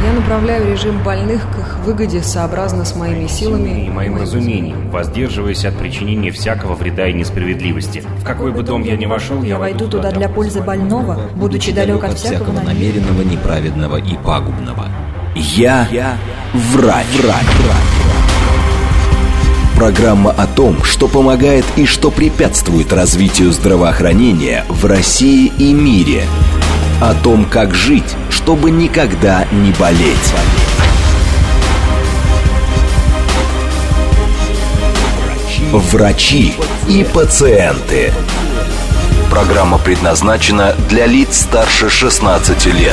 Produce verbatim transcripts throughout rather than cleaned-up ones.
Я направляю режим больных к их выгоде сообразно с моими силами и моим разумением, воздерживаясь от причинения всякого вреда и несправедливости. В какой бы дом я ни вошел, я войду туда для пользы больного, будучи далек от всякого намеренного, неправедного и пагубного. Я, я врач. врач. Программа о том, что помогает и что препятствует развитию здравоохранения в России и мире. О том, как жить, чтобы никогда не болеть. Врачи и пациенты. Программа предназначена для лиц старше шестнадцати лет.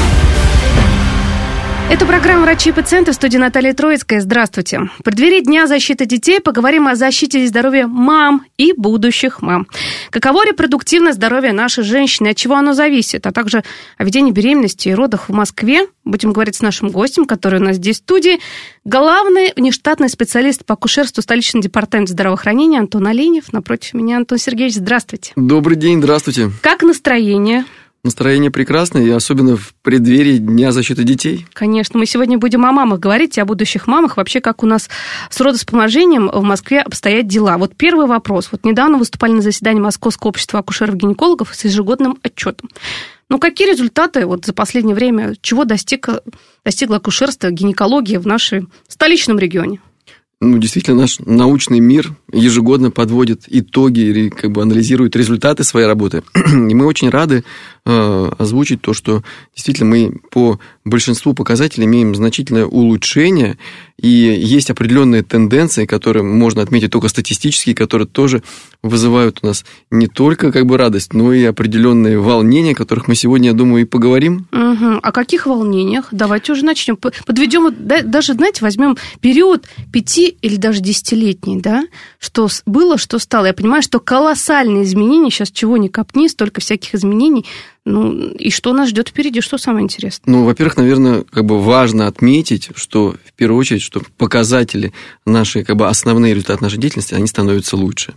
Это программа «Врачи и пациенты», в студии Наталья Троицкая. Здравствуйте. В преддверии Дня защиты детей поговорим о защите и здоровье мам и будущих мам. Каково репродуктивное здоровье нашей женщины, от чего оно зависит, а также о ведении беременности и родах в Москве. Будем говорить с нашим гостем, который у нас здесь в студии. Главный внештатный специалист по акушерству столичного департамента здравоохранения Антон Оленев. Напротив меня Антон Сергеевич. Здравствуйте. Добрый день, здравствуйте. Как настроение? Настроение прекрасное, и особенно в преддверии Дня защиты детей. Конечно, мы сегодня будем о мамах говорить, о будущих мамах, вообще, как у нас с родовспоможением в Москве обстоят дела. Вот первый вопрос. Вот недавно выступали на заседании Московского общества акушеров-гинекологов с ежегодным отчетом. Ну, какие результаты вот за последнее время, чего достигло, достигло акушерство, гинекология в нашем столичном регионе? Ну, действительно, наш научный мир ежегодно подводит итоги и как бы анализирует результаты своей работы. И мы очень рады э, озвучить то, что действительно мы по большинству показателей имеем значительное улучшение, и есть определенные тенденции, которые можно отметить только статистически, которые тоже вызывают у нас не только как бы радость, но и определенные волнения, о которых мы сегодня, я думаю, и поговорим. Угу. О каких волнениях? Давайте уже начнем. Подведем, даже, знаете, возьмем период пяти или даже десятилетний, да, что было, что стало. Я понимаю, что колоссальные изменения, сейчас чего ни копни, столько всяких изменений. Ну, и что нас ждет впереди, что самое интересное? Ну, во-первых, наверное, как бы важно отметить, что в первую очередь, что показатели наши, как бы основные результаты нашей деятельности, они становятся лучше.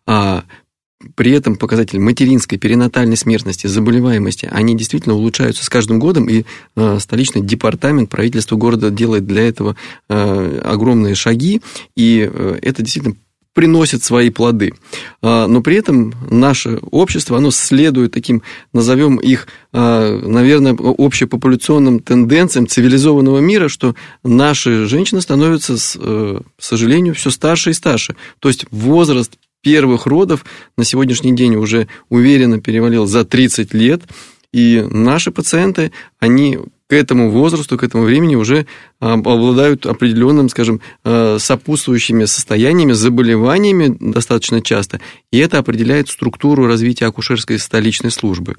А при этом показатели материнской, перинатальной смертности, заболеваемости, они действительно улучшаются с каждым годом, и э, столичный департамент правительства города делает для этого э, огромные шаги, и э, это действительно приносит свои плоды. Но при этом наше общество, оно следует таким, назовем их, наверное, общепопуляционным тенденциям цивилизованного мира, что наши женщины становятся, к сожалению, все старше и старше. То есть возраст первых родов на сегодняшний день уже уверенно перевалил за тридцать лет, и наши пациенты, они к этому возрасту, к этому времени уже обладают определенным, скажем, сопутствующими состояниями, заболеваниями достаточно часто, и это определяет структуру развития акушерской столичной службы.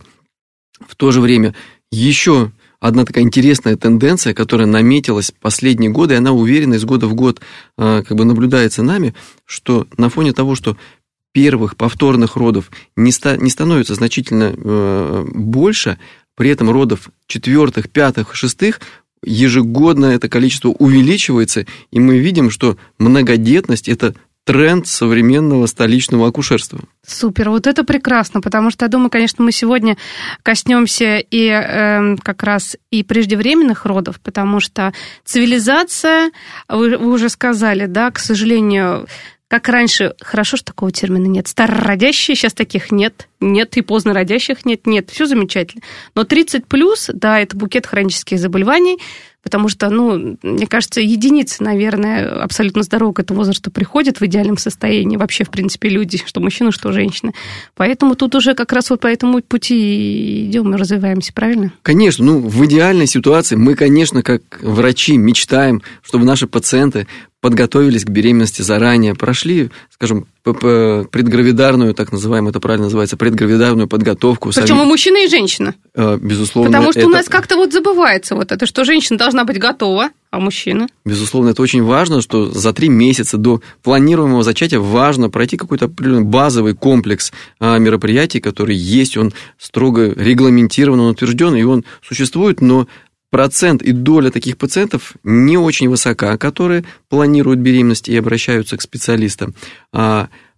В то же время еще одна такая интересная тенденция, которая наметилась последние годы, и она уверенно из года в год как бы наблюдается нами, что на фоне того, что первых повторных родов не, ста- не становится значительно э, больше, при этом родов четвертых, пятых, шестых ежегодно это количество увеличивается, и мы видим, что многодетность – это тренд современного столичного акушерства. Супер, вот это прекрасно, потому что, я думаю, конечно, мы сегодня коснемся и э, как раз и преждевременных родов, потому что цивилизация, вы, вы уже сказали, да, к сожалению, как раньше, хорошо, что такого термина нет. Старородящие, сейчас таких нет. Нет, и поздно родящих нет. Нет, все замечательно. Но тридцать плюс, да, это букет хронических заболеваний, потому что, ну, мне кажется, единицы, наверное, абсолютно здоровых к этому возрасту приходят в идеальном состоянии. Вообще, в принципе, люди, что мужчины, что женщины. Поэтому тут уже как раз вот по этому пути идем и развиваемся, правильно? Конечно, ну, в идеальной ситуации мы, конечно, как врачи мечтаем, чтобы наши пациенты подготовились к беременности заранее, прошли, скажем, предгравидарную, так называемую, это правильно называется, предгравидарную подготовку. Причем и мужчина, и женщина. Безусловно. Потому что это... у нас как-то вот забывается вот это, что женщина должна быть готова, а мужчина? Безусловно, это очень важно, что за три месяца до планируемого зачатия важно пройти какой-то определенный базовый комплекс мероприятий, который есть, он строго регламентирован, он утвержден, и он существует, но процент и доля таких пациентов не очень высока, которые планируют беременность и обращаются к специалистам.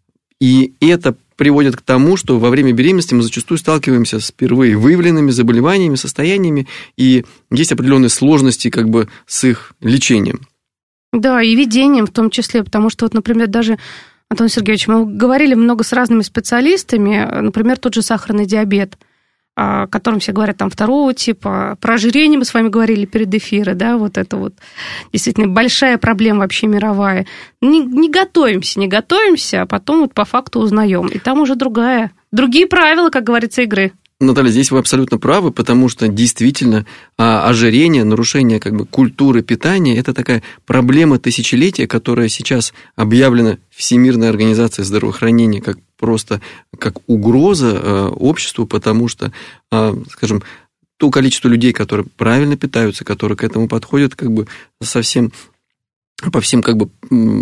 И это приводит к тому, что во время беременности мы зачастую сталкиваемся с впервые выявленными заболеваниями, состояниями, и есть определенные сложности как бы с их лечением. Да, и ведением в том числе, потому что, вот, например, даже, Антон Сергеевич, мы говорили много с разными специалистами, например, тот же сахарный диабет, о котором все говорят там второго типа, про ожирение мы с вами говорили перед эфиром, да, вот это вот действительно большая проблема вообще мировая. Не, не готовимся, не готовимся, а потом вот по факту узнаем. И там уже другая, другие правила, как говорится, игры. Наталья, здесь вы абсолютно правы, потому что действительно ожирение, нарушение как бы культуры питания – это такая проблема тысячелетия, которая сейчас объявлена Всемирной организацией здравоохранения как просто как угроза обществу, потому что, скажем, то количество людей, которые правильно питаются, которые к этому подходят как бы совсем по всем как бы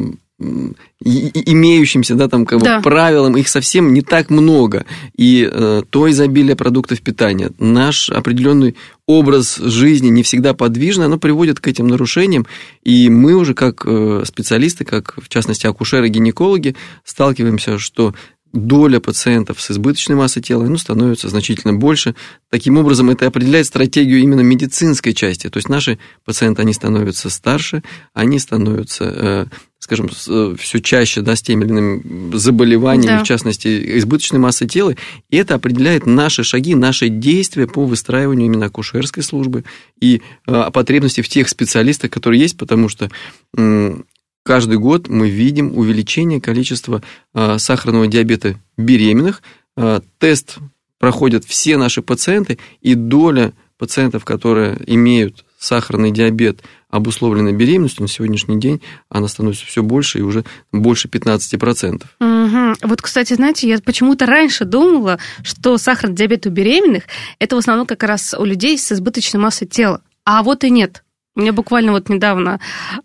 имеющимся, да, там, как да. бы, правилам, их совсем не так много. И э, то изобилие продуктов питания, наш определенный образ жизни не всегда подвижный, оно приводит к этим нарушениям. И мы уже как э, специалисты, как в частности акушеры, гинекологи, сталкиваемся, что доля пациентов с избыточной массой тела ну, становится значительно больше. Таким образом, это определяет стратегию именно медицинской части. То есть наши пациенты, они становятся старше, они становятся, скажем, все чаще да, с теми или иными заболеваниями, да. в частности, избыточной массой тела. И это определяет наши шаги, наши действия по выстраиванию именно акушерской службы и потребности в тех специалистах, которые есть, потому что каждый год мы видим увеличение количества э, сахарного диабета беременных. Э, тест проходят все наши пациенты, и доля пациентов, которые имеют сахарный диабет, обусловленный беременностью, на сегодняшний день она становится все больше, и уже больше пятнадцать процентов. Угу. Вот, кстати, знаете, я почему-то раньше думала, что сахарный диабет у беременных – это в основном как раз у людей с избыточной массой тела. А вот и нет. У меня буквально вот недавно,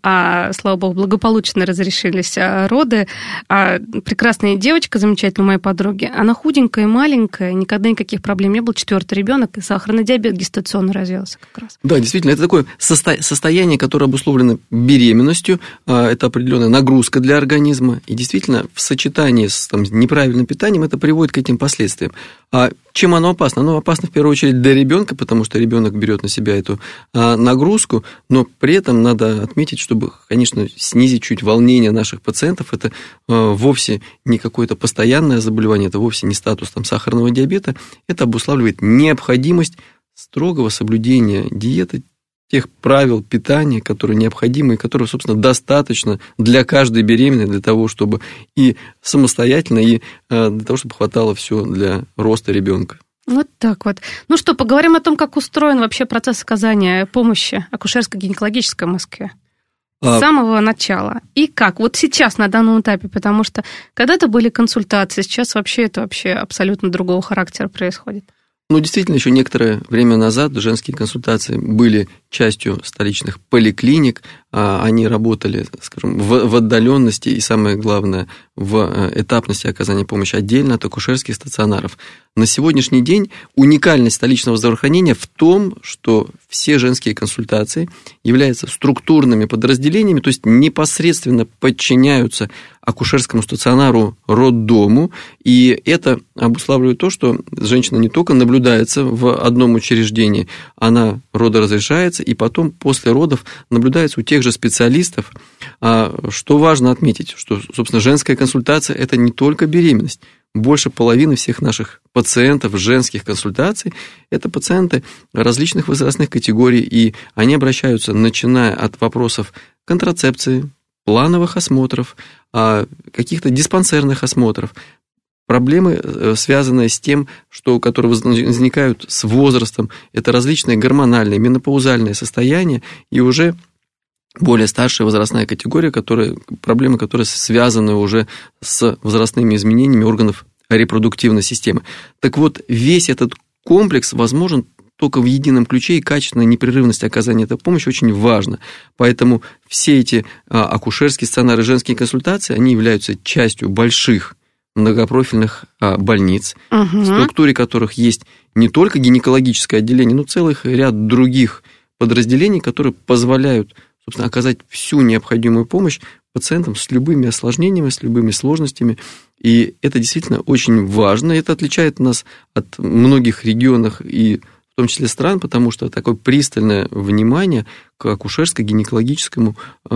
а, слава богу, благополучно разрешились а, роды. А, прекрасная девочка, замечательная моей подруги, она худенькая, маленькая, никогда никаких проблем не было, четвертый ребенок, и сахарный диабет гестационно развился как раз. Да, действительно, это такое состо... состояние, которое обусловлено беременностью, а, это определенная нагрузка для организма, и действительно в сочетании с там, неправильным питанием это приводит к этим последствиям. А чем оно опасно? Оно опасно в первую очередь для ребенка, потому что ребенок берет на себя эту а, нагрузку, но при этом надо отметить, чтобы, конечно, снизить чуть волнение наших пациентов, это а, вовсе не какое-то постоянное заболевание, это вовсе не статус там, сахарного диабета, это обуславливает необходимость строгого соблюдения диеты, тех правил питания, которые необходимы, и которые, собственно, достаточно для каждой беременной, для того, чтобы и самостоятельно, и для того, чтобы хватало все для роста ребенка. Вот так вот. Ну что, поговорим о том, как устроен вообще процесс оказания помощи акушерско-гинекологической в Москве. С а... самого начала. И как? Вот сейчас, на данном этапе, потому что когда-то были консультации, сейчас вообще это вообще абсолютно другого характера происходит. Ну, действительно, еще некоторое время назад женские консультации были частью столичных поликлиник, они работали, скажем, в, в отдаленности и, самое главное, в этапности оказания помощи отдельно от акушерских стационаров. На сегодняшний день уникальность столичного здравоохранения в том, что все женские консультации являются структурными подразделениями, то есть непосредственно подчиняются акушерскому стационару роддому, и это обуславливает то, что женщина не только наблюдается в одном учреждении, она родоразрешается, и потом после родов наблюдается у тех же специалистов. Что важно отметить, что, собственно, женская консультация – это не только беременность. Больше половины всех наших пациентов женских консультаций – это пациенты различных возрастных категорий, и они обращаются, начиная от вопросов контрацепции, плановых осмотров, каких-то диспансерных осмотров, проблемы, связанные с тем, что, которые возникают с возрастом, это различные гормональные, менопаузальные состояния, и уже более старшая возрастная категория, которые, проблемы, которые связаны уже с возрастными изменениями органов репродуктивной системы. Так вот, весь этот комплекс возможен только в едином ключе, и качественная непрерывность оказания этой помощи очень важна. Поэтому все эти акушерские стационары, женские консультации, они являются частью больших многопрофильных больниц, угу. в структуре которых есть не только гинекологическое отделение, но целый ряд других подразделений, которые позволяют, собственно, оказать всю необходимую помощь пациентам с любыми осложнениями, с любыми сложностями. И это действительно очень важно. Это отличает нас от многих регионов и в том числе стран, потому что такое пристальное внимание к акушерско-гинекологическому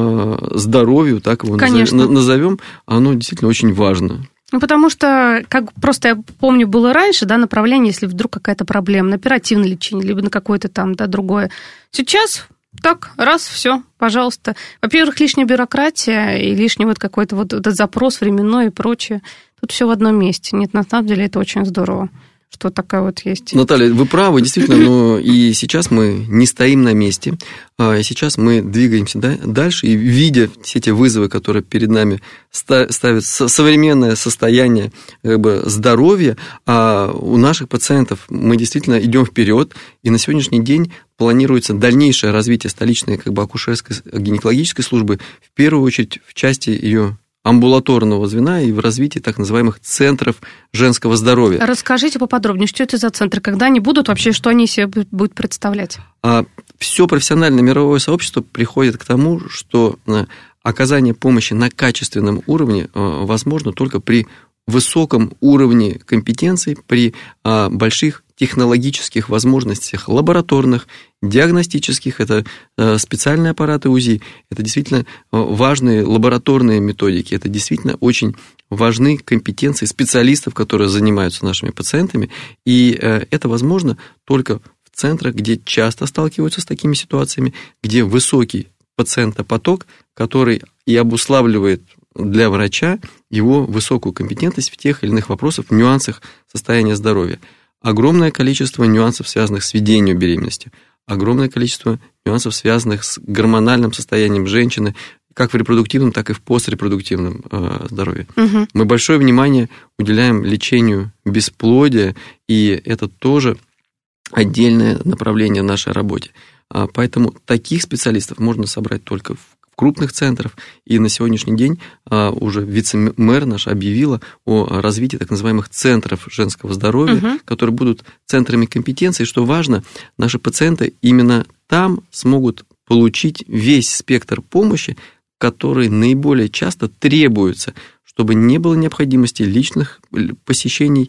здоровью, так его Конечно. назовем, оно действительно очень важно. Ну, потому что, как просто я помню, было раньше, да, направление, если вдруг какая-то проблема, на оперативное лечение, либо на какое-то там, да, другое. Сейчас так, раз, все, пожалуйста. Во-первых, лишняя бюрократия и лишний вот какой-то вот этот запрос временной и прочее. Тут все в одном месте. Нет, на самом деле это очень здорово, что такая вот есть. Наталья, вы правы, действительно, но и сейчас мы не стоим на месте, а сейчас мы двигаемся дальше, и видя все эти вызовы, которые перед нами ставят современное состояние как бы, здоровья, а у наших пациентов мы действительно идем вперед, и на сегодняшний день планируется дальнейшее развитие столичной как бы, акушерской гинекологической службы, в первую очередь в части ее амбулаторного звена и в развитии так называемых центров женского здоровья. Расскажите поподробнее, что это за центры, когда они будут вообще, что они себе будут представлять? А все профессиональное мировое сообщество приходит к тому, что оказание помощи на качественном уровне возможно только при высоком уровне компетенций, при больших технологических возможностях лабораторных, диагностических, это специальные аппараты УЗИ, это действительно важные лабораторные методики, это действительно очень важны компетенции специалистов, которые занимаются нашими пациентами, и это возможно только в центрах, где часто сталкиваются с такими ситуациями, где высокий пациентопоток, который и обуславливает для врача его высокую компетентность в тех или иных вопросах, в нюансах состояния здоровья. Огромное количество нюансов, связанных с ведением беременности, огромное количество нюансов, связанных с гормональным состоянием женщины, как в репродуктивном, так и в пострепродуктивном э, здоровье. Угу. Мы большое внимание уделяем лечению бесплодия, и это тоже отдельное направление в нашей работе. Поэтому таких специалистов можно собрать только в крупных центрах, и на сегодняшний день уже вице-мэр наш объявила о развитии так называемых центров женского здоровья, угу. которые будут центрами компетенции. Что важно, наши пациенты именно там смогут получить весь спектр помощи, который наиболее часто требуется, чтобы не было необходимости личных посещений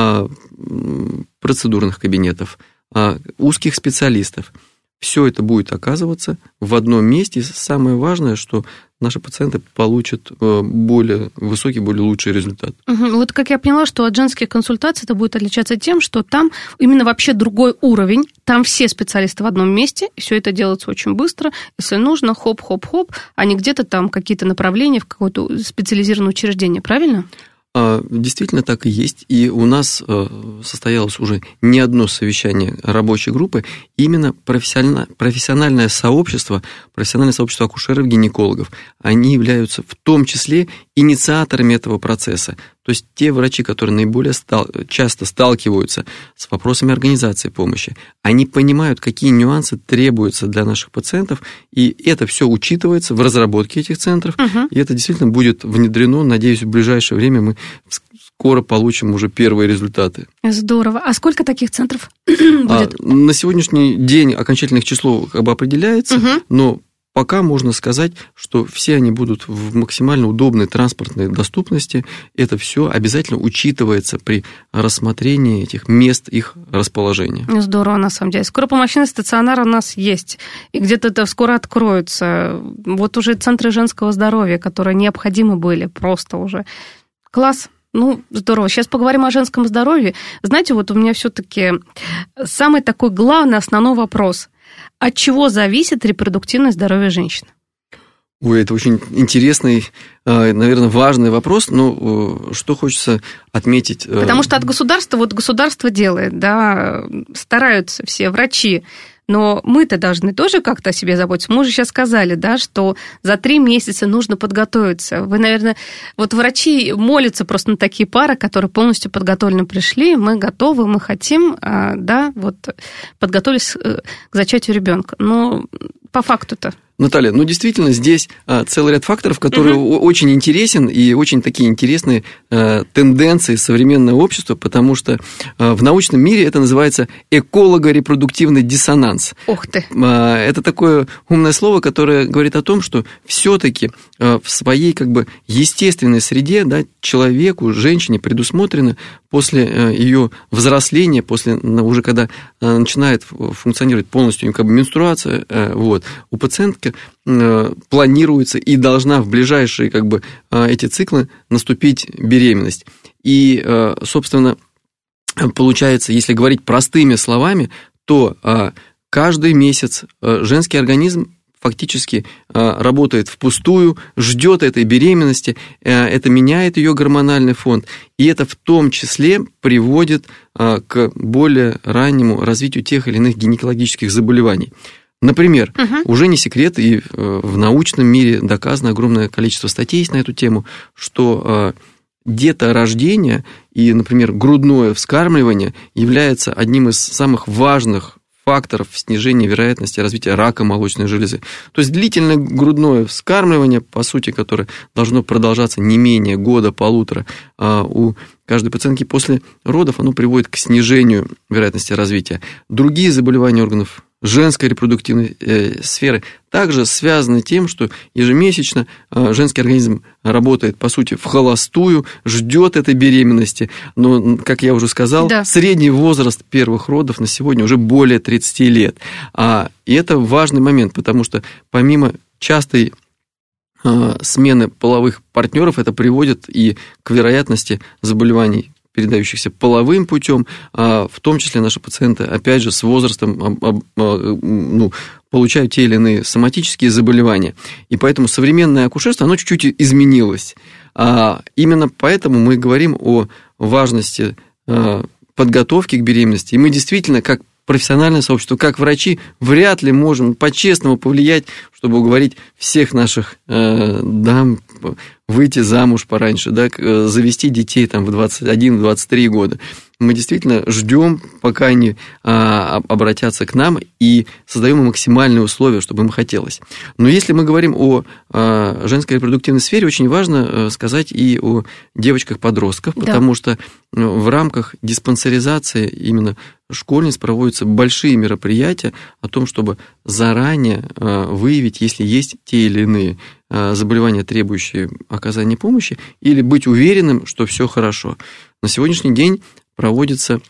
процедурных кабинетов, узких специалистов. Все это будет оказываться в одном месте. Самое важное, что наши пациенты получат более высокий, более лучший результат. Угу. Вот как я поняла, что от женских консультаций это будет отличаться тем, что там именно вообще другой уровень, там все специалисты в одном месте, и все это делается очень быстро. Если нужно, хоп-хоп-хоп, а не где-то там какие-то направления в какое-то специализированное учреждение, правильно? Действительно так и есть, и у нас состоялось уже не одно совещание рабочей группы, именно профессиональное сообщество, профессиональное сообщество акушеров-гинекологов, они являются в том числе инициаторами этого процесса. То есть те врачи, которые наиболее стал, часто сталкиваются с вопросами организации помощи, они понимают, какие нюансы требуются для наших пациентов, и это все учитывается в разработке этих центров, угу. и это действительно будет внедрено, надеюсь, в ближайшее время мы скоро получим уже первые результаты. Здорово. А сколько таких центров будет? А, на сегодняшний день окончательное число как бы определяется, угу. но пока можно сказать, что все они будут в максимально удобной транспортной доступности. Это все обязательно учитывается при рассмотрении этих мест, их расположения. Здорово, на самом деле. Скоропомощный стационар у нас есть, и где-то это скоро откроется. Вот уже центры женского здоровья, которые необходимы были просто уже. Класс. Ну, здорово. Сейчас поговорим о женском здоровье. Знаете, вот у меня все-таки самый такой главный, основной вопрос. От чего зависит репродуктивное здоровье женщины? Ой, это очень интересный, наверное, важный вопрос, но что хочется отметить... Потому что от государства, вот государство делает, да, стараются все врачи, но мы-то должны тоже как-то о себе заботиться. Мы уже сейчас сказали, да, что за три месяца нужно подготовиться. Вы, наверное, вот врачи молятся просто на такие пары, которые полностью подготовлены пришли, мы готовы, мы хотим, да, вот подготовились к зачатию ребенка. Но по факту-то... Наталья, ну действительно, здесь а, целый ряд факторов, которые угу. очень интересен и очень такие интересные а, тенденции современного общества, потому что а, в научном мире это называется эколого-репродуктивный диссонанс. Ух ты! А, это такое умное слово, которое говорит о том, что все-таки а, в своей как бы естественной среде, да, человеку, женщине предусмотрено после а, ее взросления, после уже когда а, начинает функционировать полностью как бы менструация, а, вот, у пациентки планируется и должна в ближайшие как бы, эти циклы наступить беременность. И, собственно, получается, если говорить простыми словами, то каждый месяц женский организм фактически работает впустую, ждет этой беременности, это меняет ее гормональный фон, и это в том числе приводит к более раннему развитию тех или иных гинекологических заболеваний. Например, угу. уже не секрет, и в научном мире доказано огромное количество статей есть на эту тему, что деторождение и, например, грудное вскармливание является одним из самых важных факторов снижения вероятности развития рака молочной железы. То есть длительное грудное вскармливание, по сути, которое должно продолжаться не менее года-полутора, у каждой пациентки после родов, оно приводит к снижению вероятности развития. Другие заболевания органов женской репродуктивной э, сферы также связаны тем, что ежемесячно э, женский организм работает, по сути, в холостую, ждет этой беременности. Но, как я уже сказал, да. средний возраст первых родов на сегодня уже более тридцати лет. А, и это важный момент, потому что помимо частой э, смены половых партнеров, это приводит и к вероятности заболеваний, передающихся половым путем, а в том числе наши пациенты, опять же, с возрастом ну, получают те или иные соматические заболевания. И поэтому современное акушерство, оно чуть-чуть изменилось. А именно поэтому мы говорим о важности подготовки к беременности. И мы действительно, как профессиональное сообщество, как врачи, вряд ли можем по-честному повлиять, чтобы уговорить всех наших э, дам выйти замуж пораньше, да, завести детей там, в двадцать один - двадцать три года. Мы действительно ждем, пока они а, обратятся к нам, и создаем им максимальные условия, чтобы им хотелось. Но если мы говорим о а, женской репродуктивной сфере, очень важно сказать и о девочках-подростках, да. потому что в рамках диспансеризации именно школьниц проводятся большие мероприятия о том, чтобы заранее а, выявить, если есть те или иные а, заболевания, требующие оказания помощи, или быть уверенным, что все хорошо. На сегодняшний день проводится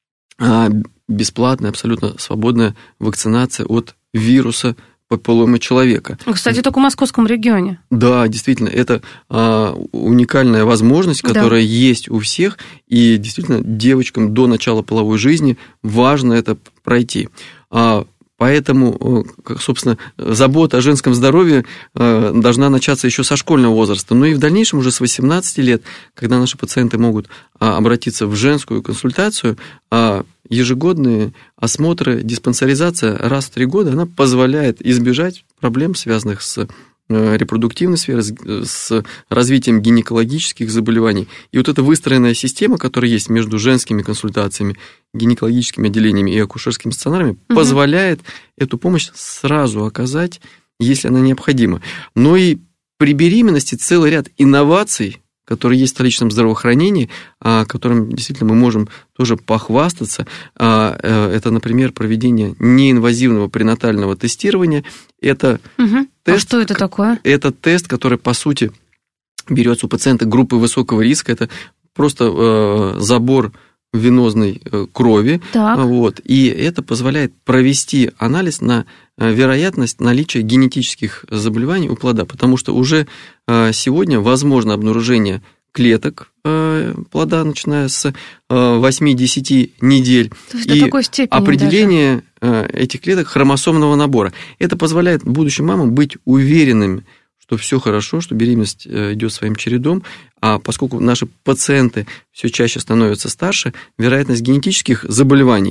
бесплатная, абсолютно свободная вакцинация от вируса папилломы человека. Кстати, только в московском регионе. Да, действительно, это а, уникальная возможность, которая да. есть у всех, и действительно девочкам до начала половой жизни важно это пройти. А, Поэтому, собственно, забота о женском здоровье должна начаться еще со школьного возраста. Но и в дальнейшем, уже с восемнадцати лет, когда наши пациенты могут обратиться в женскую консультацию, ежегодные осмотры, диспансеризация раз в три года, она позволяет избежать проблем, связанных с репродуктивной сферы, с развитием гинекологических заболеваний. И вот эта выстроенная система, которая есть между женскими консультациями, гинекологическими отделениями и акушерскими стационарами, угу. позволяет эту помощь сразу оказать, если она необходима. Но и при беременности целый ряд инноваций, которые есть в столичном здравоохранении, которым действительно мы можем тоже похвастаться. Это, например, проведение неинвазивного пренатального тестирования. Это угу. тест, а что это такое? Это тест, который, по сути, берется у пациента группы высокого риска. Это просто забор венозной крови. Вот, и это позволяет провести анализ на вероятность наличия генетических заболеваний у плода, потому что уже сегодня возможно обнаружение клеток плода, начиная с восьми-десяти недель, то есть и до такой степени определение даже. Этих клеток хромосомного набора. Это позволяет будущим мамам быть уверенными, что все хорошо, что беременность идет своим чередом, а поскольку наши пациенты все чаще становятся старше, вероятность генетических заболеваний,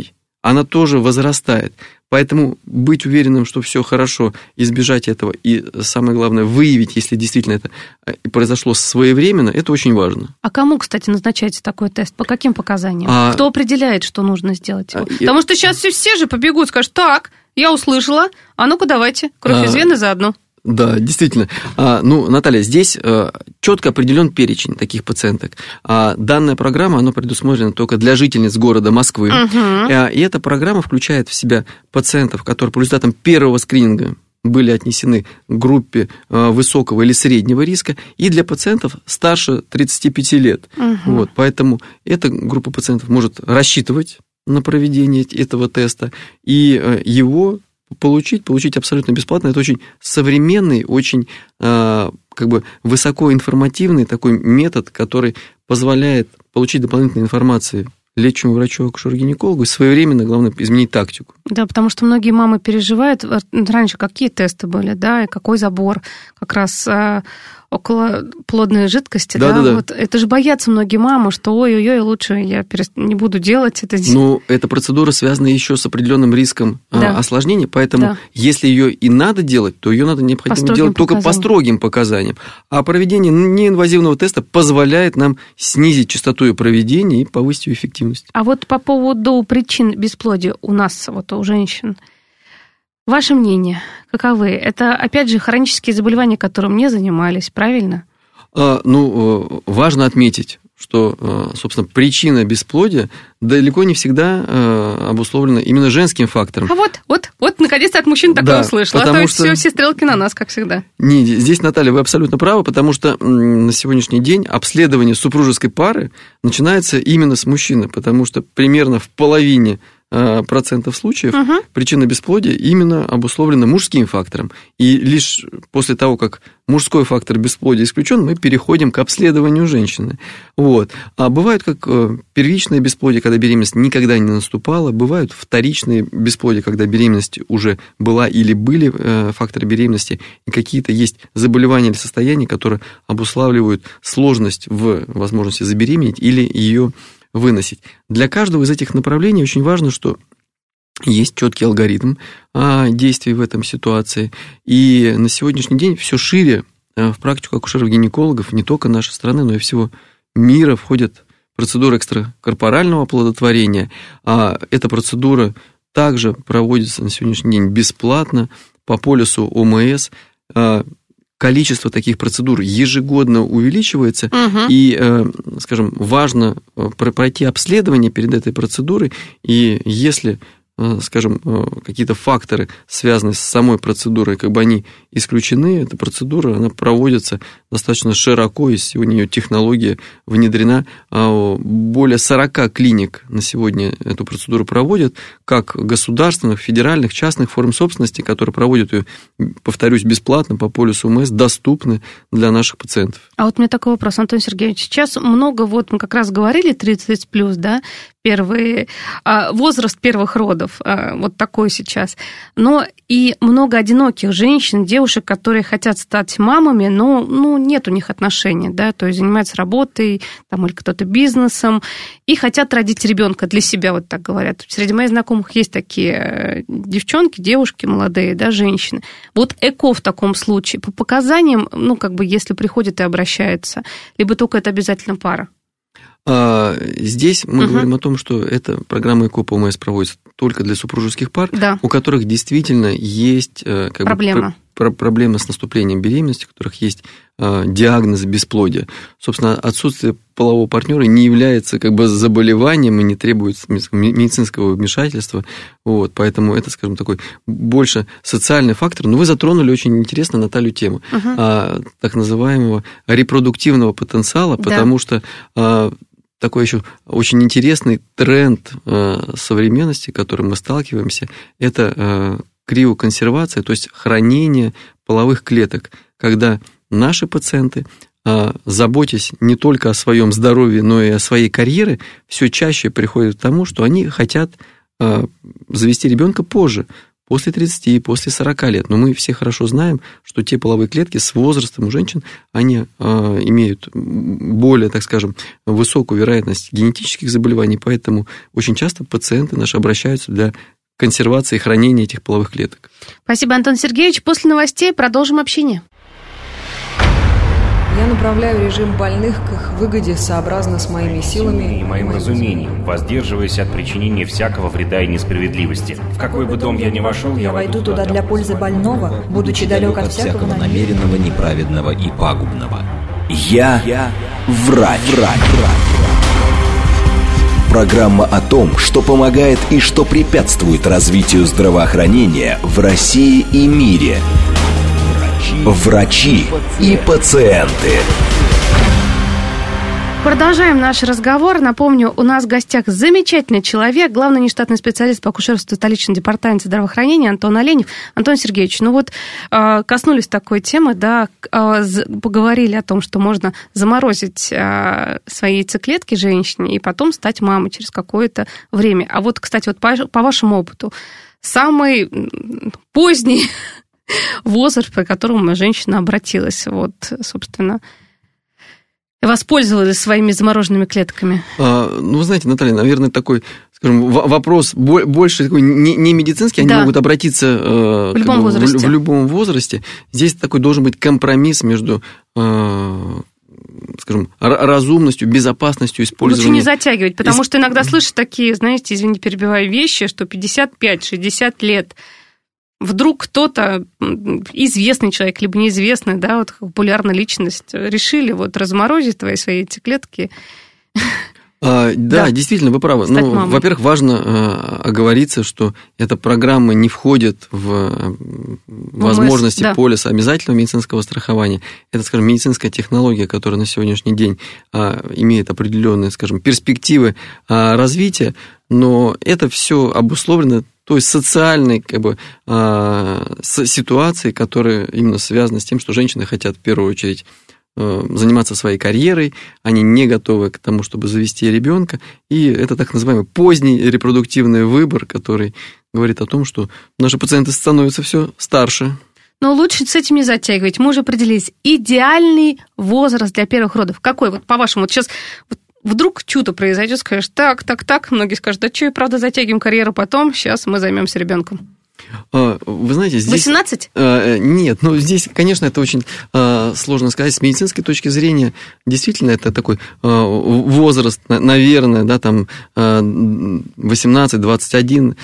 она тоже возрастает. Поэтому быть уверенным, что все хорошо, избежать этого и, самое главное, выявить, если действительно это произошло своевременно, это очень важно. А кому, кстати, назначается такой тест? По каким показаниям? А... Кто определяет, что нужно сделать его? А... Потому что сейчас все, все же побегут, скажут, так, я услышала, а ну-ка давайте, кровь а... из вены заодно. Да, действительно. А, ну, Наталья, здесь а, четко определен перечень таких пациенток. А, данная программа, она предусмотрена только для жительниц города Москвы. Угу. А, и эта программа включает в себя пациентов, которые по результатам первого скрининга были отнесены к группе а, высокого или среднего риска, и для пациентов старше тридцати пяти лет. Угу. Вот, поэтому эта группа пациентов может рассчитывать на проведение этого теста, и а, его получить, получить абсолютно бесплатно. Это очень современный, очень э, как бы высокоинформативный такой метод, который позволяет получить дополнительную информацию лечащему врачу, акушеру-гинекологу и своевременно, главное, изменить тактику. Да, потому что многие мамы переживают. Раньше какие тесты были, да, и какой забор как раз э, около плодной жидкости, да, да, да, вот это же боятся многие мамы, что ой-ой-ой, лучше я перест... не буду делать это. Ну, эта процедура связана еще с определенным риском да. осложнений, поэтому да. если ее и надо делать, то ее надо необходимо делать только по строгим показаниям. А проведение неинвазивного теста позволяет нам снизить частоту ее проведения и повысить ее эффективность. А вот по поводу причин бесплодия у нас, вот у женщин, ваше мнение, каковы? Это, опять же, хронические заболевания, которым не занимались, правильно? А, ну, важно отметить, что, собственно, причина бесплодия далеко не всегда обусловлена именно женским фактором. А вот, вот, вот, наконец-то от мужчин такое да, услышала. А то что... все, все стрелки на нас, как всегда. Не, здесь, Наталья, вы абсолютно правы, потому что на сегодняшний день обследование супружеской пары начинается именно с мужчины, потому что примерно в половине процентов случаев угу. причина бесплодия именно обусловлена мужским фактором. И лишь после того, как мужской фактор бесплодия исключен, мы переходим к обследованию женщины. Вот. А бывают как первичное бесплодие, когда беременность никогда не наступала, бывают вторичные бесплодия, когда беременность уже была или были факторы беременности, и какие-то есть заболевания или состояния, которые обуславливают сложность в возможности забеременеть или ее выносить. Для каждого из этих направлений очень важно, что есть четкий алгоритм действий в этом ситуации. И на сегодняшний день все шире в практику акушеров-гинекологов не только нашей страны, но и всего мира входят процедуры экстракорпорального оплодотворения. Эта процедура также проводится на сегодняшний день бесплатно по полису ОМС. Количество таких процедур ежегодно увеличивается, угу. и, скажем, важно пройти обследование перед этой процедурой, и если, скажем, какие-то факторы, связанные с самой процедурой, как бы они исключены, эта процедура, она проводится достаточно широко, и сегодня ее технология внедрена. Более сорока клиник на сегодня эту процедуру проводят, как государственных, федеральных, частных форм собственности, которые проводят ее, повторюсь, бесплатно по полису ОМС, доступны для наших пациентов. А вот у меня такой вопрос, Антон Сергеевич. Сейчас много, вот мы как раз говорили, тридцать плюс, да, первый возраст первых родов, вот такой сейчас. Но и много одиноких женщин, девушек, которые хотят стать мамами, но ну, нет у них отношений, да, то есть занимаются работой, там, или кто-то бизнесом, и хотят родить ребенка для себя, вот так говорят. Среди моих знакомых есть такие девчонки, девушки молодые, да, женщины. Вот ЭКО в таком случае, по показаниям, ну, как бы, если приходит и обращается, либо только это обязательно пара? Здесь мы угу. говорим о том, что эта программа ЭКО по ОМС проводится только для супружеских пар, да. у которых действительно есть как проблема. Бы, про- проблемы с наступлением беременности, у которых есть диагноз бесплодия. Собственно, отсутствие полового партнера не является как бы заболеванием и не требует медицинского вмешательства. Вот, поэтому это, скажем, такой больше социальный фактор. Но вы затронули очень интересно, Наталью, тему угу. а, так называемого репродуктивного потенциала, да. потому что а, такой еще очень интересный тренд а, современности, с которым мы сталкиваемся, это а, криоконсервация, то есть хранение половых клеток, когда наши пациенты, заботясь не только о своем здоровье, но и о своей карьере, все чаще приходят к тому, что они хотят завести ребенка позже, после тридцати, после сорока лет. Но мы все хорошо знаем, что те половые клетки с возрастом у женщин, они э, имеют более, так скажем, высокую вероятность генетических заболеваний, поэтому очень часто пациенты наши обращаются для консервации и хранения этих половых клеток. Спасибо, Антон Сергеевич. После новостей продолжим общение. Я направляю режим больных к их выгоде сообразно с моими силами и моим разумением, воздерживаясь от причинения всякого вреда и несправедливости. В какой бы дом я ни вошел, я войду туда для пользы больного, будучи далек от всякого намеренного, неправедного и пагубного. Я, я врач. врач. Программа о том, что помогает и что препятствует развитию здравоохранения в России и мире. Врачи и пациенты. Продолжаем наш разговор. Напомню, у нас в гостях замечательный человек, главный нештатный специалист по акушерству столичного департамента здравоохранения Антон Оленев. Антон Сергеевич, ну вот коснулись такой темы, да, поговорили о том, что можно заморозить свои яйцеклетки женщине и потом стать мамой через какое-то время. А вот, кстати, вот по, по вашему опыту, самый поздний возраст, по которому женщина обратилась, вот, собственно, воспользовалась своими замороженными клетками? А, ну, вы знаете, Наталья, наверное, такой, скажем, вопрос больше такой не, не медицинский, они да. могут обратиться в любом, бы, возрасте. В, в любом возрасте. Здесь такой должен быть компромисс между, скажем, разумностью, безопасностью использования. Лучше не затягивать, потому что иногда слышишь такие, знаете, извини, перебиваю, вещи, что пятьдесят пять - шестьдесят лет вдруг кто-то, известный человек, либо неизвестный, да, вот популярная личность, решили вот разморозить твои свои эти клетки. А, да, да, действительно, вы правы. Ну, во-первых, важно а, оговориться, что эта программа не входит в возможности да. полиса обязательного медицинского страхования. Это, скажем, медицинская технология, которая на сегодняшний день а, имеет определенные, скажем, перспективы а, развития, но это все обусловлено той социальной как бы, ситуацией, которая именно связана с тем, что женщины хотят в первую очередь заниматься своей карьерой, они не готовы к тому, чтобы завести ребенка, и это так называемый поздний репродуктивный выбор, который говорит о том, что наши пациенты становятся все старше. Но лучше с этим не затягивать. Мы уже определились. Идеальный возраст для первых родов. Какой? Вот по-вашему, вот сейчас... Вдруг чудо произойдет, скажешь, так, так, так, многие скажут, да что, и правда затягиваем карьеру потом, сейчас мы займемся ребенком. Вы знаете, здесь... восемнадцать? Нет, ну здесь, конечно, это очень сложно сказать. С медицинской точки зрения, действительно, это такой возраст, наверное, да, там восемнадцать - двадцать один,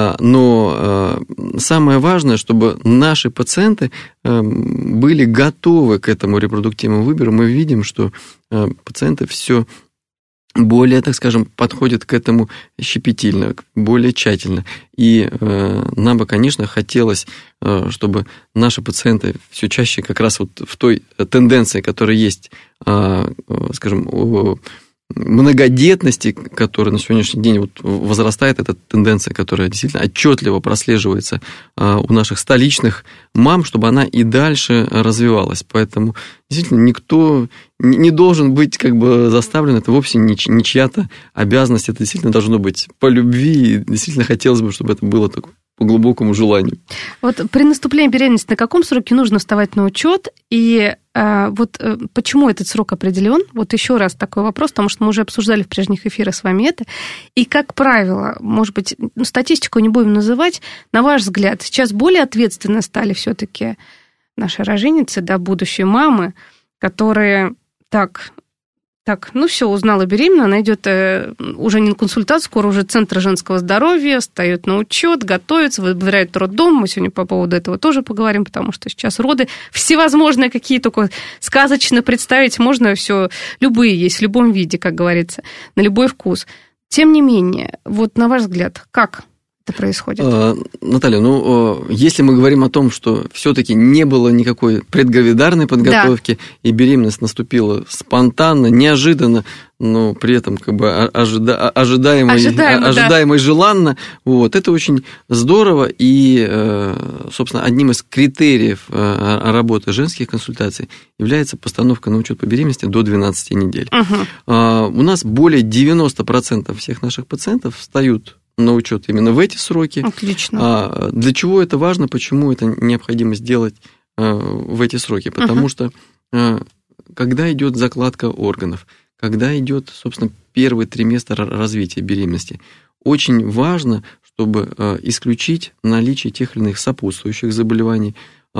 но самое важное, чтобы наши пациенты были готовы к этому репродуктивному выбору. Мы видим, что пациенты все более, так скажем, подходят к этому щепетильно, более тщательно. И э, нам бы, конечно, хотелось, э, чтобы наши пациенты все чаще как раз вот в той тенденции, которая есть, э, скажем, о многодетности, которая на сегодняшний день вот возрастает, эта тенденция, которая действительно отчетливо прослеживается у наших столичных мам, чтобы она и дальше развивалась. Поэтому действительно никто не должен быть как бы заставлен, это вовсе не чья-то обязанность, это действительно должно быть по любви, и действительно хотелось бы, чтобы это было такое по глубокому желанию. Вот при наступлении беременности на каком сроке нужно вставать на учет? И э, вот э, почему этот срок определен? Вот еще раз такой вопрос, потому что мы уже обсуждали в прежних эфирах с вами это. И, как правило, может быть, ну, статистику не будем называть, на ваш взгляд, сейчас более ответственно стали все-таки наши роженицы, да, будущие мамы, которые так... Так, ну все, узнала беременна, она идет э, уже не на консультацию, скоро уже центр женского здоровья, встает на учет, готовится, выбирает роддом. Мы сегодня по поводу этого тоже поговорим, потому что сейчас роды всевозможные какие только сказочно представить можно, все любые есть, в любом виде, как говорится, на любой вкус. Тем не менее, вот на ваш взгляд, как это происходит? А, Наталья, ну, если мы говорим о том, что все-таки не было никакой предгравидарной подготовки, да. и беременность наступила спонтанно, неожиданно, но при этом как бы ожида... ожидаемо, ожидаемо, ожидаемо да. и желанно, вот, это очень здорово, и, собственно, одним из критериев работы женских консультаций является постановка на учет по беременности до двенадцати недель. Угу. У нас более девяноста процентов всех наших пациентов встают на учет именно в эти сроки. Отлично. А для чего это важно, почему это необходимо сделать в эти сроки? Потому uh-huh. что когда идет закладка органов, когда идет, собственно, первый триместр развития беременности, очень важно, чтобы исключить наличие тех или иных сопутствующих заболеваний.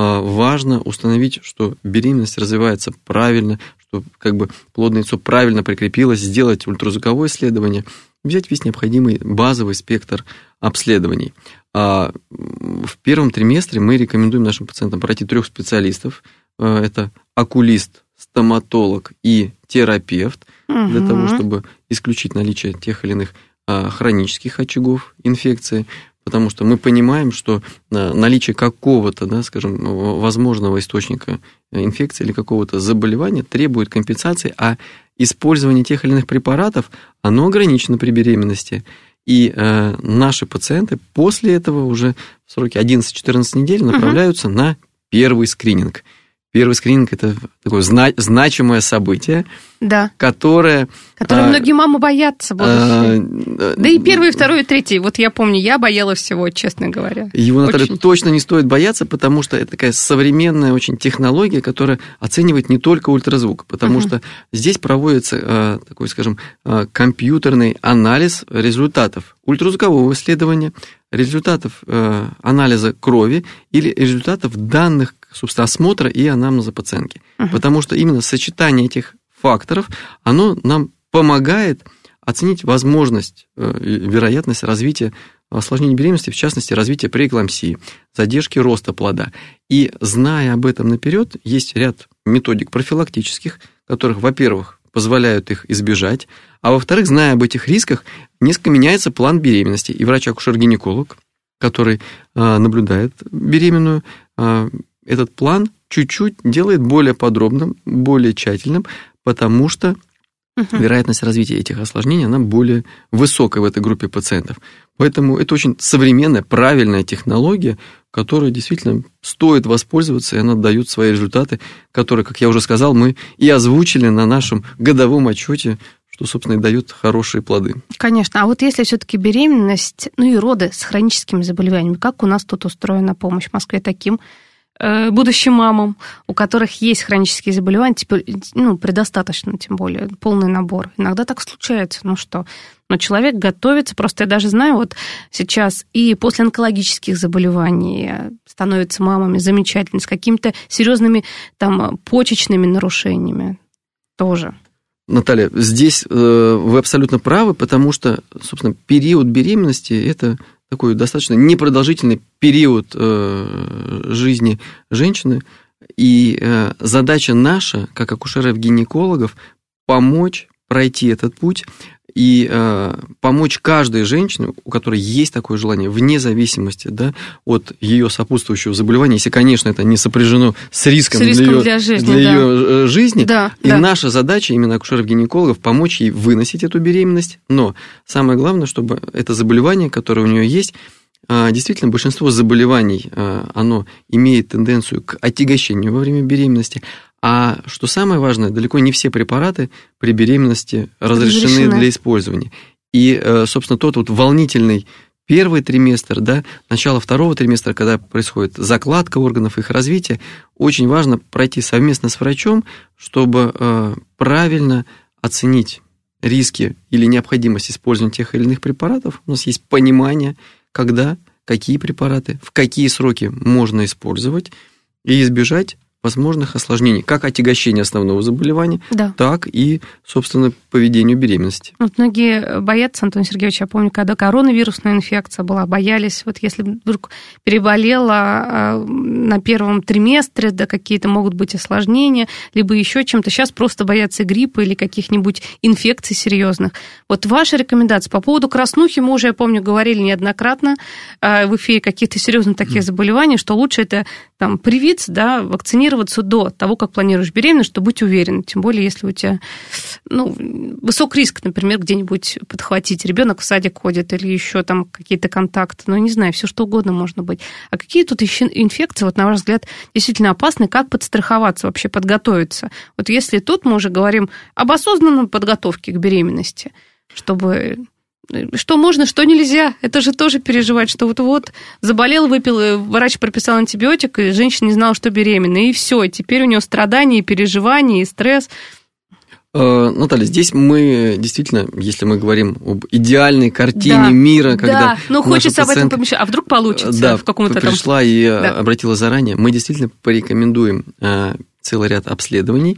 Важно установить, что беременность развивается правильно, что как бы плодное яйцо правильно прикрепилось, сделать ультразвуковое исследование, взять весь необходимый базовый спектр обследований. А в первом триместре мы рекомендуем нашим пациентам пройти трех специалистов. Это окулист, стоматолог и терапевт, угу. для того, чтобы исключить наличие тех или иных хронических очагов инфекции, потому что мы понимаем, что наличие какого-то, да, скажем, возможного источника инфекции или какого-то заболевания требует компенсации, а использование тех или иных препаратов, оно ограничено при беременности. И э, наши пациенты после этого уже в сроке одиннадцать-четырнадцать недель направляются uh-huh. на первый скрининг. Первый скрининг – это такое зна- значимое событие, да. которое… Которое а, многие мамы боятся будущее. А, да и первый, второй, и третий. Вот я помню, я боялась всего, честно говоря. Его, Наталья, очень. Точно не стоит бояться, потому что это такая современная очень технология, которая оценивает не только ультразвук, потому uh-huh. что здесь проводится такой, скажем, компьютерный анализ результатов ультразвукового исследования, результатов э, анализа крови или результатов данных, собственно, осмотра и анамнеза пациентки. Uh-huh. Потому что именно сочетание этих факторов, оно нам помогает оценить возможность, э, вероятность развития осложнений беременности, в частности, развития преэклампсии, задержки роста плода. И зная об этом наперед, есть ряд методик профилактических, которых, во-первых, позволяют их избежать, а во-вторых, зная об этих рисках, несколько меняется план беременности. И врач-акушер-гинеколог, который а, наблюдает беременную, а, этот план чуть-чуть делает более подробным, более тщательным, потому что uh-huh. вероятность развития этих осложнений, она более высокая в этой группе пациентов. Поэтому это очень современная, правильная технология, которой действительно стоит воспользоваться, и она дает свои результаты, которые, как я уже сказал, мы и озвучили на нашем годовом отчете, что, собственно, и дает хорошие плоды. Конечно. А вот если все-таки беременность, ну и роды с хроническими заболеваниями, как у нас тут устроена помощь в Москве таким э, будущим мамам, у которых есть хронические заболевания, теперь, ну, предостаточно, тем более, полный набор. Иногда так случается, ну что... Но человек готовится, просто я даже знаю, вот сейчас и после онкологических заболеваний становятся мамами замечательными, с какими-то серьезными там почечными нарушениями тоже. Наталья, здесь э, вы абсолютно правы, потому что, собственно, период беременности – это такой достаточно непродолжительный период э, жизни женщины, и э, задача наша, как акушеров-гинекологов, помочь пройти этот путь и э, помочь каждой женщине, у которой есть такое желание, вне зависимости, да, от ее сопутствующего заболевания, если, конечно, это не сопряжено с риском, с риском для, ее, для, жизни, для да. ее жизни. Да, и да. наша задача именно акушеров-гинекологов помочь ей выносить эту беременность. Но самое главное, чтобы это заболевание, которое у нее есть, действительно, большинство заболеваний, оно имеет тенденцию к отягощению во время беременности. А что самое важное, далеко не все препараты при беременности разрешены, разрешены. для использования. И, собственно, тот вот волнительный первый триместр, да, начало второго триместра, когда происходит закладка органов, их развития, очень важно пройти совместно с врачом, чтобы правильно оценить риски или необходимость использования тех или иных препаратов. У нас есть понимание, когда, какие препараты, в какие сроки можно использовать и избежать возможных осложнений, как отягощения основного заболевания, да. так и, собственно, поведению беременности. Вот многие боятся, Антон Сергеевич, я помню, когда коронавирусная инфекция была, боялись, вот если вдруг переболела на первом триместре, да, какие-то могут быть осложнения, либо еще чем-то. Сейчас просто боятся гриппа или каких-нибудь инфекций серьезных. Вот ваши рекомендации по поводу краснухи, мы уже, я помню, говорили неоднократно в эфире, каких-то серьезных таких заболеваний, что лучше это там привиться, да, вакцинироваться до того, как планируешь беременность, чтобы быть уверенным. Тем более, если у тебя ну, высок риск, например, где-нибудь подхватить. Ребенок в садик ходит или еще там какие-то контакты. Ну, не знаю, все что угодно может быть. А какие тут еще инфекции, вот, на ваш взгляд, действительно опасны? Как подстраховаться, вообще подготовиться? Вот если тут мы уже говорим об осознанной подготовке к беременности, чтобы что можно, что нельзя. Это же тоже переживать, что вот-вот заболел, выпил, врач прописал антибиотик, и женщина не знала, что беременна. И все, теперь у нее страдания, и переживания, и стресс. Наталья, здесь мы действительно, если мы говорим об идеальной картине да, мира, когда... Да, но хочется об этом помещать. А вдруг получится да, в каком-то там... пришла и да. обратилась заранее, мы действительно порекомендуем целый ряд обследований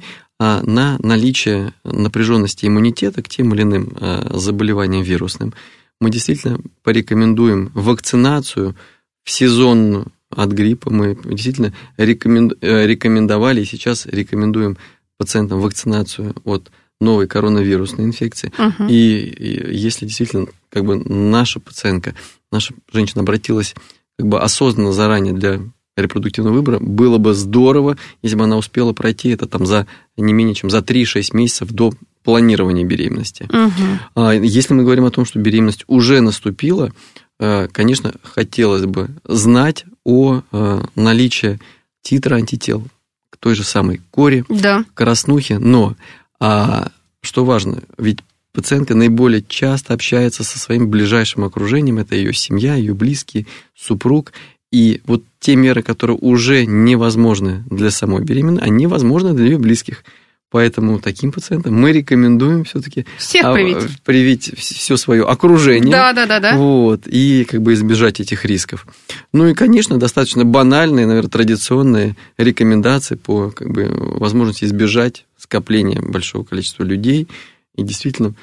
на наличие напряженности иммунитета к тем или иным заболеваниям вирусным. Мы действительно порекомендуем вакцинацию в сезон от гриппа. Мы действительно рекомендовали и сейчас рекомендуем пациентам вакцинацию от новой коронавирусной инфекции. Uh-huh. И, и если действительно как бы наша пациентка, наша женщина обратилась как бы осознанно заранее для репродуктивного выбора, было бы здорово, если бы она успела пройти это там за не менее чем за три-шесть месяцев до планирования беременности. Uh-huh. Если мы говорим о том, что беременность уже наступила, конечно, хотелось бы знать о наличии титра антител к той же самой коре, да. краснухе, но, а, что важно, ведь пациентка наиболее часто общается со своим ближайшим окружением, это ее семья, ее близкие, супруг, и вот те меры, которые уже невозможны для самой беременной, они возможны для ее близких. Поэтому таким пациентам мы рекомендуем все-таки привить. привить все свое окружение. Да, да, да, да. Вот, и как бы избежать этих рисков. Ну и, конечно, достаточно банальные, наверное, традиционные рекомендации по как бы, возможности избежать скопления большого количества людей и действительно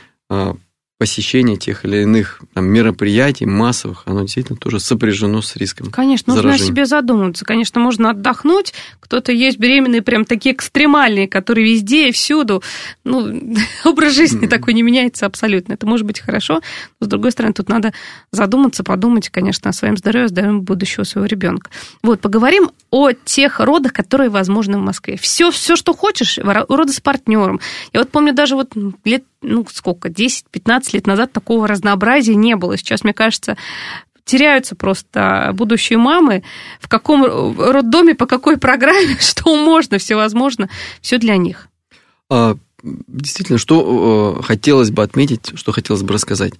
посещение тех или иных там, мероприятий массовых, оно действительно тоже сопряжено с риском Конечно, заражения. Нужно о себе задуматься. Конечно, можно отдохнуть. Кто-то есть беременные прям такие экстремальные, которые везде и всюду. Ну, образ жизни mm-hmm. такой не меняется абсолютно. Это может быть хорошо, но, с другой стороны, тут надо задуматься, подумать, конечно, о своем здоровье, о здоровье будущего своего ребенка. Вот, поговорим о тех родах, которые возможны в Москве. Все, все, что хочешь, роды с партнером. Я вот помню, даже вот лет, ну, сколько, десять-пятнадцать лет назад такого разнообразия не было. Сейчас, мне кажется, теряются просто будущие мамы, в каком роддоме, по какой программе, что можно, все возможно, все для них. Действительно, что хотелось бы отметить, что хотелось бы рассказать.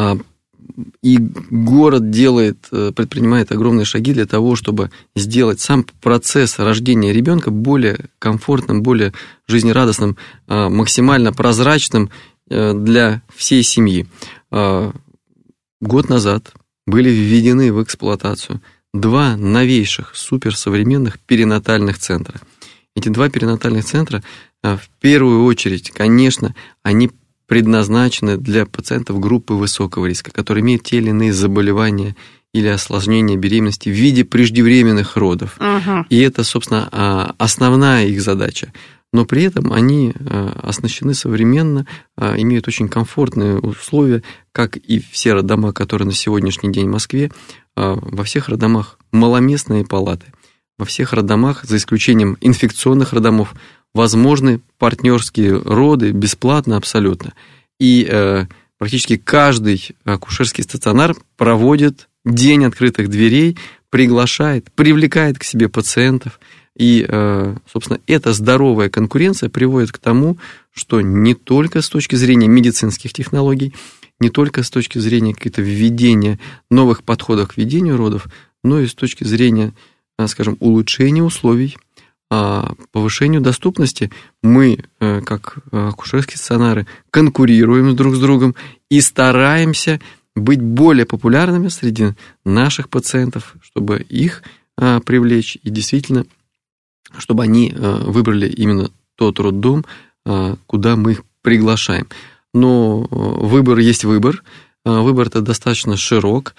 И город делает, предпринимает огромные шаги для того, чтобы сделать сам процесс рождения ребенка более комфортным, более жизнерадостным, максимально прозрачным для всей семьи. Год назад были введены в эксплуатацию два новейших суперсовременных перинатальных центра. Эти два перинатальных центра, в первую очередь, конечно, они предназначены для пациентов группы высокого риска, которые имеют те или иные заболевания или осложнения беременности в виде преждевременных родов. Uh-huh. И это, собственно, основная их задача. Но при этом они оснащены современно, имеют очень комфортные условия, как и все роддома, которые на сегодняшний день в Москве. Во всех роддомах маломестные палаты. Во всех роддомах, за исключением инфекционных роддомов, возможны партнерские роды бесплатно абсолютно. И э, практически каждый акушерский стационар проводит день открытых дверей, приглашает, привлекает к себе пациентов. И, э, собственно, эта здоровая конкуренция приводит к тому, что не только с точки зрения медицинских технологий, не только с точки зрения какого-то введения новых подходов к ведению родов, но и с точки зрения, скажем, улучшения условий, повышению доступности, мы, как акушерские стационары, конкурируем друг с другом и стараемся быть более популярными среди наших пациентов, чтобы их привлечь и действительно, чтобы они выбрали именно тот роддом, куда мы их приглашаем. Но выбор есть выбор, выбор-то достаточно широк,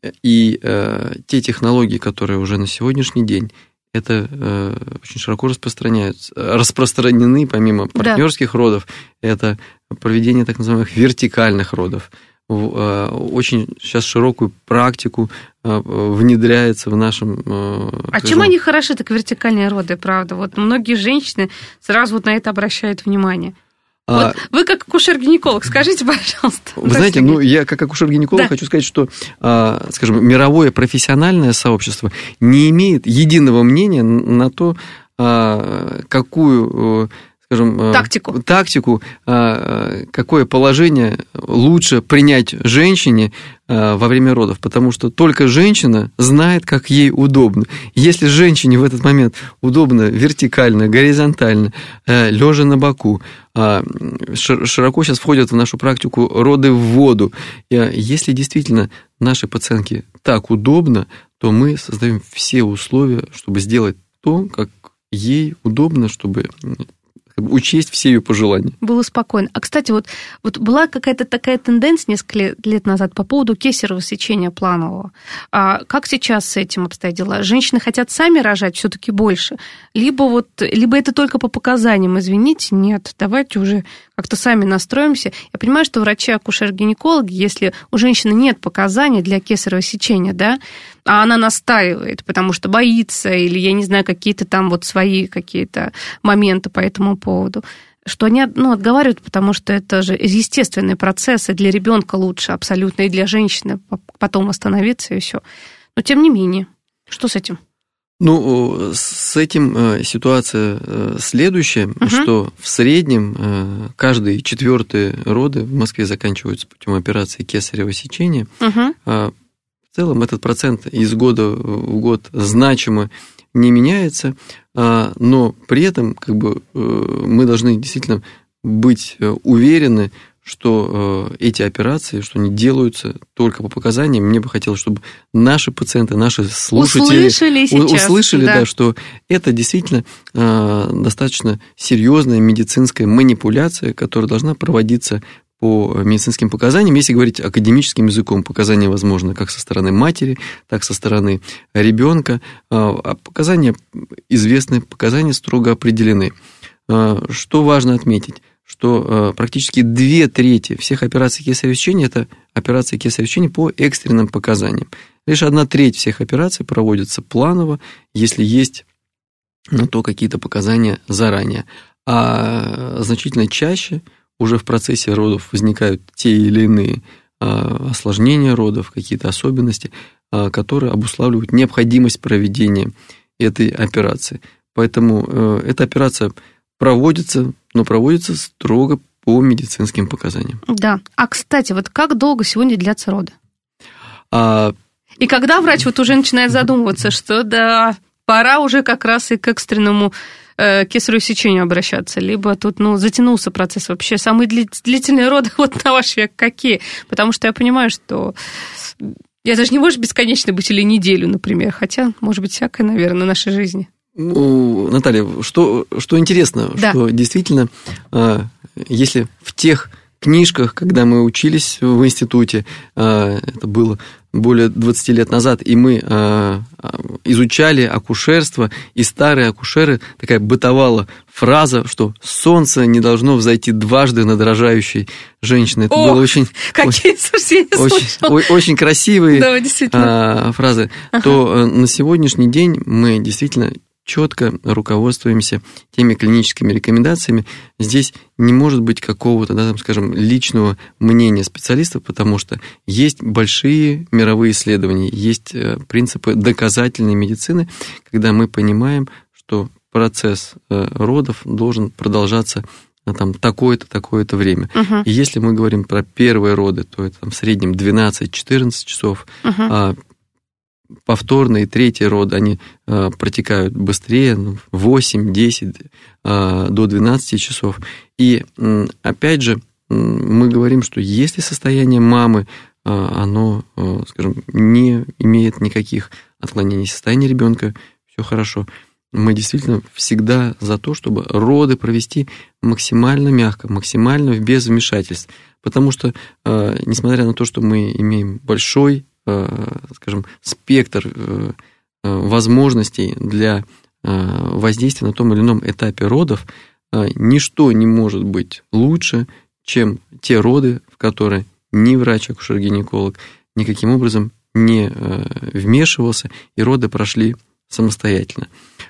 и те технологии, которые уже на сегодняшний день это э, очень широко распространяются, распространены, помимо партнерских да. родов, это проведение так называемых вертикальных родов. В, э, очень сейчас широкую практику э, внедряется в нашем... Э, а чем они хороши, так вертикальные роды, правда? Вот многие женщины сразу вот на это обращают внимание. Вот а, вы как акушер-гинеколог, скажите, пожалуйста. Вы знаете, ну, я как акушер-гинеколог да. хочу сказать, что, скажем, мировое профессиональное сообщество не имеет единого мнения на то, какую, скажем, тактику, тактику, какое положение лучше принять женщине во время родов, потому что только женщина знает, как ей удобно. Если женщине в этот момент удобно вертикально, горизонтально, лежа на боку, широко сейчас входят в нашу практику роды в воду. Если действительно нашей пациентке так удобно, то мы создаем все условия, чтобы сделать то, как ей удобно, чтобы учесть все ее пожелания. Было спокойно. А, кстати, вот, вот была какая-то такая тенденция несколько лет назад по поводу кесарево сечения планового. А как сейчас с этим обстоят дела? Женщины хотят сами рожать все-таки больше? Либо, вот, либо это только по показаниям? Извините, нет, давайте уже как-то сами настроимся. Я понимаю, что врачи-акушер-гинекологи, если у женщины нет показаний для кесарево сечения, да, а она настаивает, потому что боится, или, я не знаю, какие-то там вот свои какие-то моменты по этому поводу, что они, ну, отговаривают, потому что это же естественный процесс, и для ребенка лучше абсолютно, и для женщины потом остановиться, и все. Но тем не менее, что с этим? Ну, с этим ситуация следующая, угу. что в среднем каждые четвертые роды в Москве заканчиваются путем операции кесарево сечения. Угу. В целом этот процент из года в год значимо не меняется, но при этом как бы, мы должны действительно быть уверены, что эти операции, что они делаются только по показаниям. Мне бы хотелось, чтобы наши пациенты, наши слушатели услышали, сейчас, услышали да. Да, что это действительно достаточно серьезная медицинская манипуляция, которая должна проводиться по медицинским показаниям, если говорить академическим языком, показания возможны как со стороны матери, так со стороны ребенка. А показания известны, показания строго определены. Что важно отметить, что практически две трети всех операций кесарево сечения – это операции кесарево сечения по экстренным показаниям. Лишь одна треть всех операций проводится планово, если есть на то какие-то показания заранее. А значительно чаще уже в процессе родов возникают те или иные осложнения родов, какие-то особенности, которые обуславливают необходимость проведения этой операции. Поэтому эта операция проводится, но проводится строго по медицинским показаниям. Да. А, кстати, вот как долго сегодня длятся роды? А... И когда врач вот уже начинает задумываться, что да, пора уже как раз и к экстренному кесарево сечению обращаться, либо тут, ну, затянулся процесс вообще. Самые длительные роды вот на ваш век какие? Потому что я понимаю, что я даже не может бесконечно быть или неделю, например, хотя, может быть, всякое, наверное, в нашей жизни. Ну, Наталья, что, что интересно, да. что действительно, если в тех книжках, когда мы учились в институте, это было более двадцати лет назад, и мы изучали акушерство, и старые акушеры, такая бытовала фраза, что солнце не должно взойти дважды над рожающей женщиной. Это О, было очень, какие очень, очень, очень красивые да, фразы. Ага. То на сегодняшний день мы действительно четко руководствуемся теми клиническими рекомендациями. Здесь не может быть какого-то, да, там, скажем, личного мнения специалистов, потому что есть большие мировые исследования, есть принципы доказательной медицины, когда мы понимаем, что процесс родов должен продолжаться там, такое-то, такое-то время. Uh-huh. И если мы говорим про первые роды, то это там, в среднем двенадцать-четырнадцать часов, uh-huh. а повторные третьи роды, они э, протекают быстрее, ну, восемь-десять э, до двенадцати часов. И э, опять же, э, мы говорим, что если состояние мамы, э, оно, э, скажем, не имеет никаких отклонений, состояние ребенка, все хорошо, мы действительно всегда за то, чтобы роды провести максимально мягко, максимально без вмешательств. Потому что, э, несмотря на то, что мы имеем большой, скажем, спектр возможностей для воздействия на том или ином этапе родов, ничто не может быть лучше, чем те роды, в которые ни врач-акушер-гинеколог никаким образом не вмешивался, и роды прошли самостоятельно.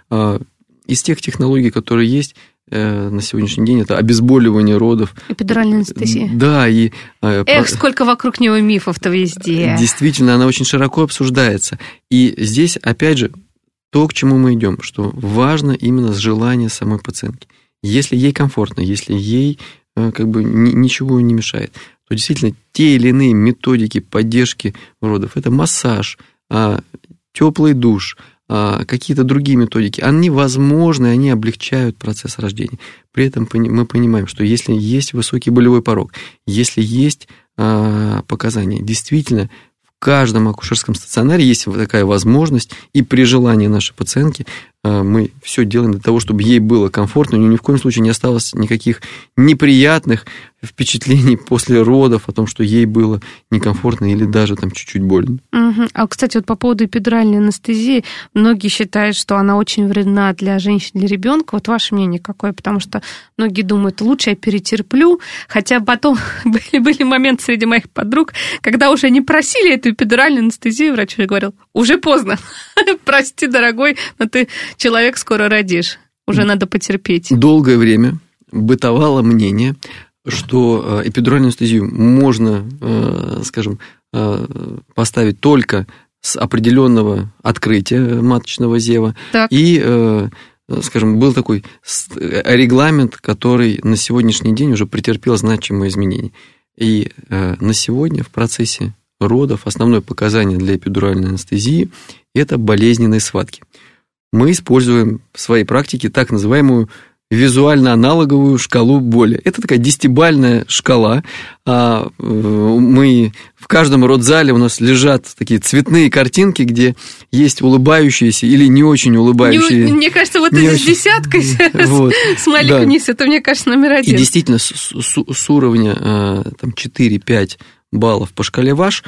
Из тех технологий, которые есть на сегодняшний день, это обезболивание родов. Эпидуральная анестезия. Да, и... Эх, сколько вокруг него мифов-то везде. Действительно, она очень широко обсуждается. И здесь, опять же, то, к чему мы идем, что важно именно желание самой пациентки. Если ей комфортно, если ей как бы ничего не мешает, то действительно те или иные методики поддержки родов, это массаж, теплый душ, какие-то другие методики, они возможны, они облегчают процесс рождения. При этом мы понимаем, что если есть высокий болевой порог, если есть показания, действительно, в каждом акушерском стационаре есть такая возможность, и при желании нашей пациентки мы все делаем для того, чтобы ей было комфортно, у нее ни в коем случае не осталось никаких неприятных впечатлений после родов о том, что ей было некомфортно или даже там чуть-чуть больно. Угу. А, кстати, вот по поводу эпидуральной анестезии, многие считают, что она очень вредна для женщин, для ребенка. Вот ваше мнение какое? Потому что многие думают, лучше я перетерплю, хотя потом были, были моменты среди моих подруг, когда уже не просили эту эпидуральную анестезию, врач уже говорил, уже поздно, прости, дорогой, но ты человек скоро родишь, уже надо потерпеть. Долгое время бытовало мнение, что эпидуральную анестезию можно, скажем, поставить только с определенного открытия маточного зева. Так. И, скажем, был такой регламент, который на сегодняшний день уже претерпел значимые изменения. И на сегодня в процессе родов основное показание для эпидуральной анестезии – это болезненные схватки. Мы используем в своей практике так называемую визуально-аналоговую шкалу боли. Это такая десятибалльная шкала. Мы в каждом родзале у нас лежат такие цветные картинки, где есть улыбающиеся или не очень улыбающиеся. Не, мне кажется, вот эти очень... десятка вот. Смайлик да. вниз, это, мне кажется, номер один. И действительно, с, с, с уровня там, четыре-пять баллов по шкале ВАШ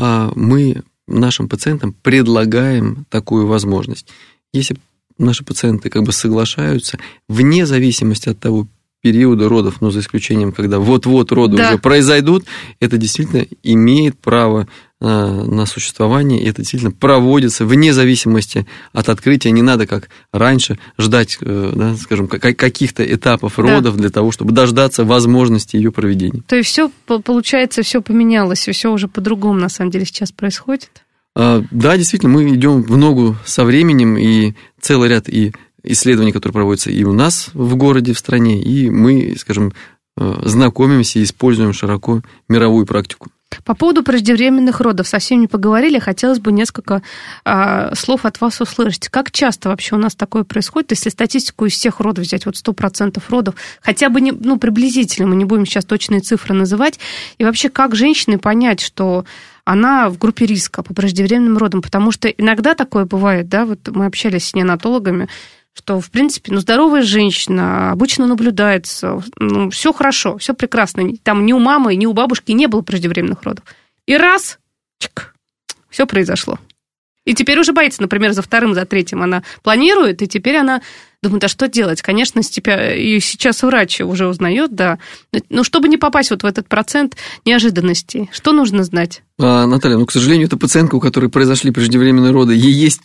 мы нашим пациентам предлагаем такую возможность. Если наши пациенты как бы соглашаются, вне зависимости от того периода родов, но за исключением, когда вот-вот роды да. уже произойдут, это действительно имеет право на существование, и это действительно проводится вне зависимости от открытия. Не надо, как раньше, ждать, да, скажем, каких-то этапов родов да. для того, чтобы дождаться возможности ее проведения. То есть все, получается, все поменялось, и все уже по-другому, на самом деле, сейчас происходит? Да, действительно, мы идем в ногу со временем, и целый ряд и исследований, которые проводятся и у нас в городе, в стране, и мы, скажем, знакомимся и используем широко мировую практику. По поводу преждевременных родов совсем не поговорили, хотелось бы несколько а, слов от вас услышать. Как часто вообще у нас такое происходит, если статистику из всех родов взять, вот сто процентов родов, хотя бы не, ну, приблизительно, мы не будем сейчас точные цифры называть, и вообще как женщине понять, что она в группе риска по преждевременным родам, потому что иногда такое бывает, да, вот мы общались с неонатологами, что, в принципе, ну, здоровая женщина обычно наблюдается, ну, все хорошо, все прекрасно, там ни у мамы, ни у бабушки не было преждевременных родов. И раз, чик, все произошло. И теперь уже боится, например, за вторым, за третьим она планирует, и теперь она думает, а что делать? Конечно, и сейчас врач уже узнает, да. Но чтобы не попасть вот в этот процент неожиданностей, что нужно знать? А, Наталья, ну, к сожалению, это пациентка, у которой произошли преждевременные роды, ей есть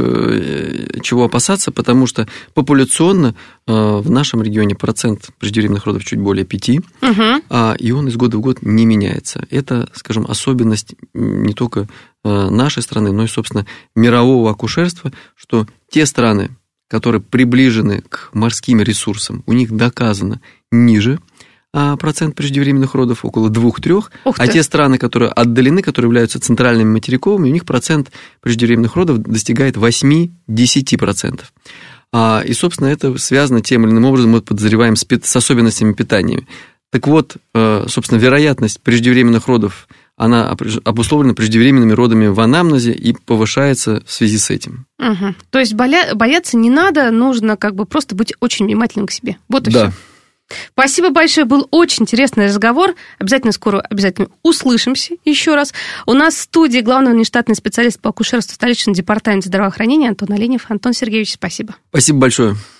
э, чего опасаться, потому что популяционно э, в нашем регионе процент преждевременных родов чуть более пяти, угу. а, и он из года в год не меняется. Это, скажем, особенность не только э, нашей страны, но и, собственно, мирового акушерства, что те страны, которые приближены к морским ресурсам, у них доказано ниже а, процент преждевременных родов, около двух-трех, а те страны, которые отдалены, которые являются центральными материковыми, у них процент преждевременных родов достигает восемь-десять процентов. А, и, собственно, это связано тем или иным образом, мы подозреваем, с, с особенностями питания. Так вот, собственно, вероятность преждевременных родов, она обусловлена преждевременными родами в анамнезе и повышается в связи с этим. Угу. То есть боя... бояться не надо, нужно как бы просто быть очень внимательным к себе. Вот и да. все. Спасибо большое, был очень интересный разговор. Обязательно скоро, обязательно услышимся еще раз. У нас в студии главный внештатный специалист по акушерству в столичном департаменте здравоохранения Антон Оленев. Антон Сергеевич, спасибо. Спасибо большое.